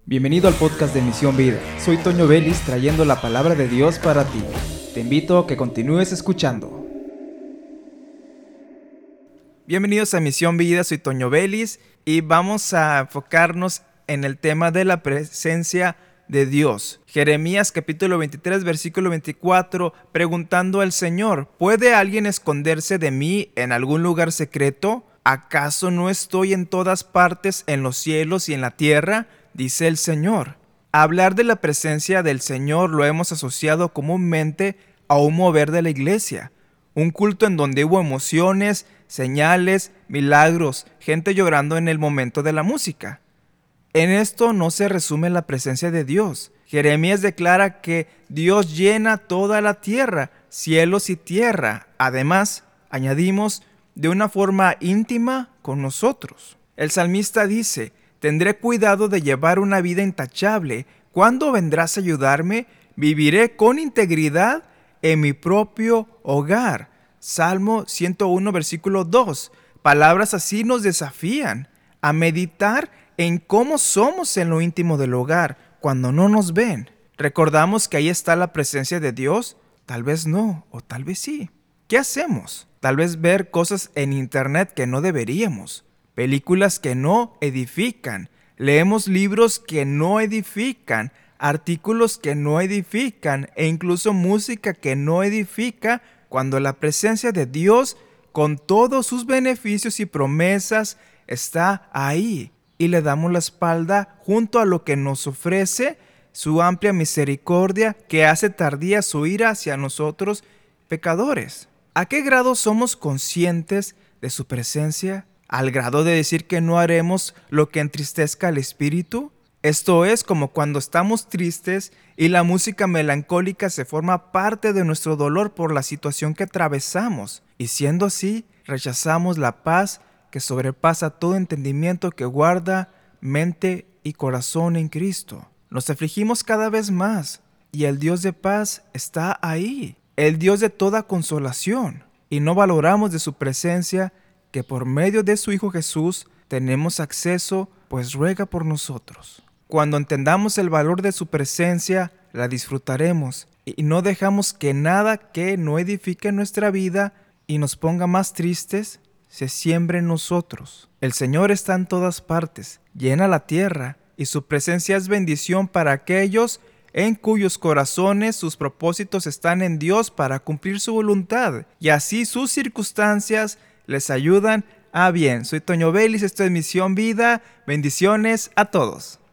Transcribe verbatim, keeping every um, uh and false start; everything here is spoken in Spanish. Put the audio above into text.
Bienvenido al podcast de Misión Vida. Soy Toño Vélez trayendo la palabra de Dios para ti. Te invito a que continúes escuchando. Bienvenidos a Misión Vida, soy Toño Vélez y vamos a enfocarnos en el tema de la presencia de Dios. Jeremías capítulo veintitrés, versículo veinticuatro, preguntando al Señor: ¿puede alguien esconderse de mí en algún lugar secreto? ¿Acaso no estoy en todas partes, en los cielos y en la tierra? Dice el Señor. Hablar de la presencia del Señor lo hemos asociado comúnmente a un mover de la iglesia, un culto en donde hubo emociones, señales, milagros, gente llorando en el momento de la música. En esto no se resume la presencia de Dios. Jeremías declara que Dios llena toda la tierra, cielos y tierra. Además, añadimos, de una forma íntima con nosotros. El salmista dice: tendré cuidado de llevar una vida intachable. ¿Cuándo vendrás a ayudarme? Viviré con integridad en mi propio hogar. Salmo ciento uno, versículo dos. Palabras así nos desafían a meditar en cómo somos en lo íntimo del hogar cuando no nos ven. ¿Recordamos que ahí está la presencia de Dios? Tal vez no, o tal vez sí. ¿Qué hacemos? Tal vez ver cosas en internet que no deberíamos, películas que no edifican, leemos libros que no edifican, artículos que no edifican e incluso música que no edifica, cuando la presencia de Dios, con todos sus beneficios y promesas, está ahí y le damos la espalda junto a lo que nos ofrece su amplia misericordia, que hace tardía su ira hacia nosotros pecadores. ¿A qué grado somos conscientes de su presencia? ¿Al grado de decir que no haremos lo que entristezca al espíritu? Esto es como cuando estamos tristes y la música melancólica se forma parte de nuestro dolor por la situación que atravesamos, y siendo así, rechazamos la paz que sobrepasa todo entendimiento, que guarda mente y corazón en Cristo. Nos afligimos cada vez más y el Dios de paz está ahí, el Dios de toda consolación, y no valoramos de su presencia, que por medio de su Hijo Jesús tenemos acceso, pues ruega por nosotros. Cuando entendamos el valor de su presencia, la disfrutaremos y no dejamos que nada que no edifique nuestra vida y nos ponga más tristes se siembre en nosotros. El Señor está en todas partes, llena la tierra, y su presencia es bendición para aquellos en cuyos corazones sus propósitos están en Dios para cumplir su voluntad, y así sus circunstancias les ayudan a bien. Soy Toño Vélez, esto es Misión Vida. Bendiciones a todos.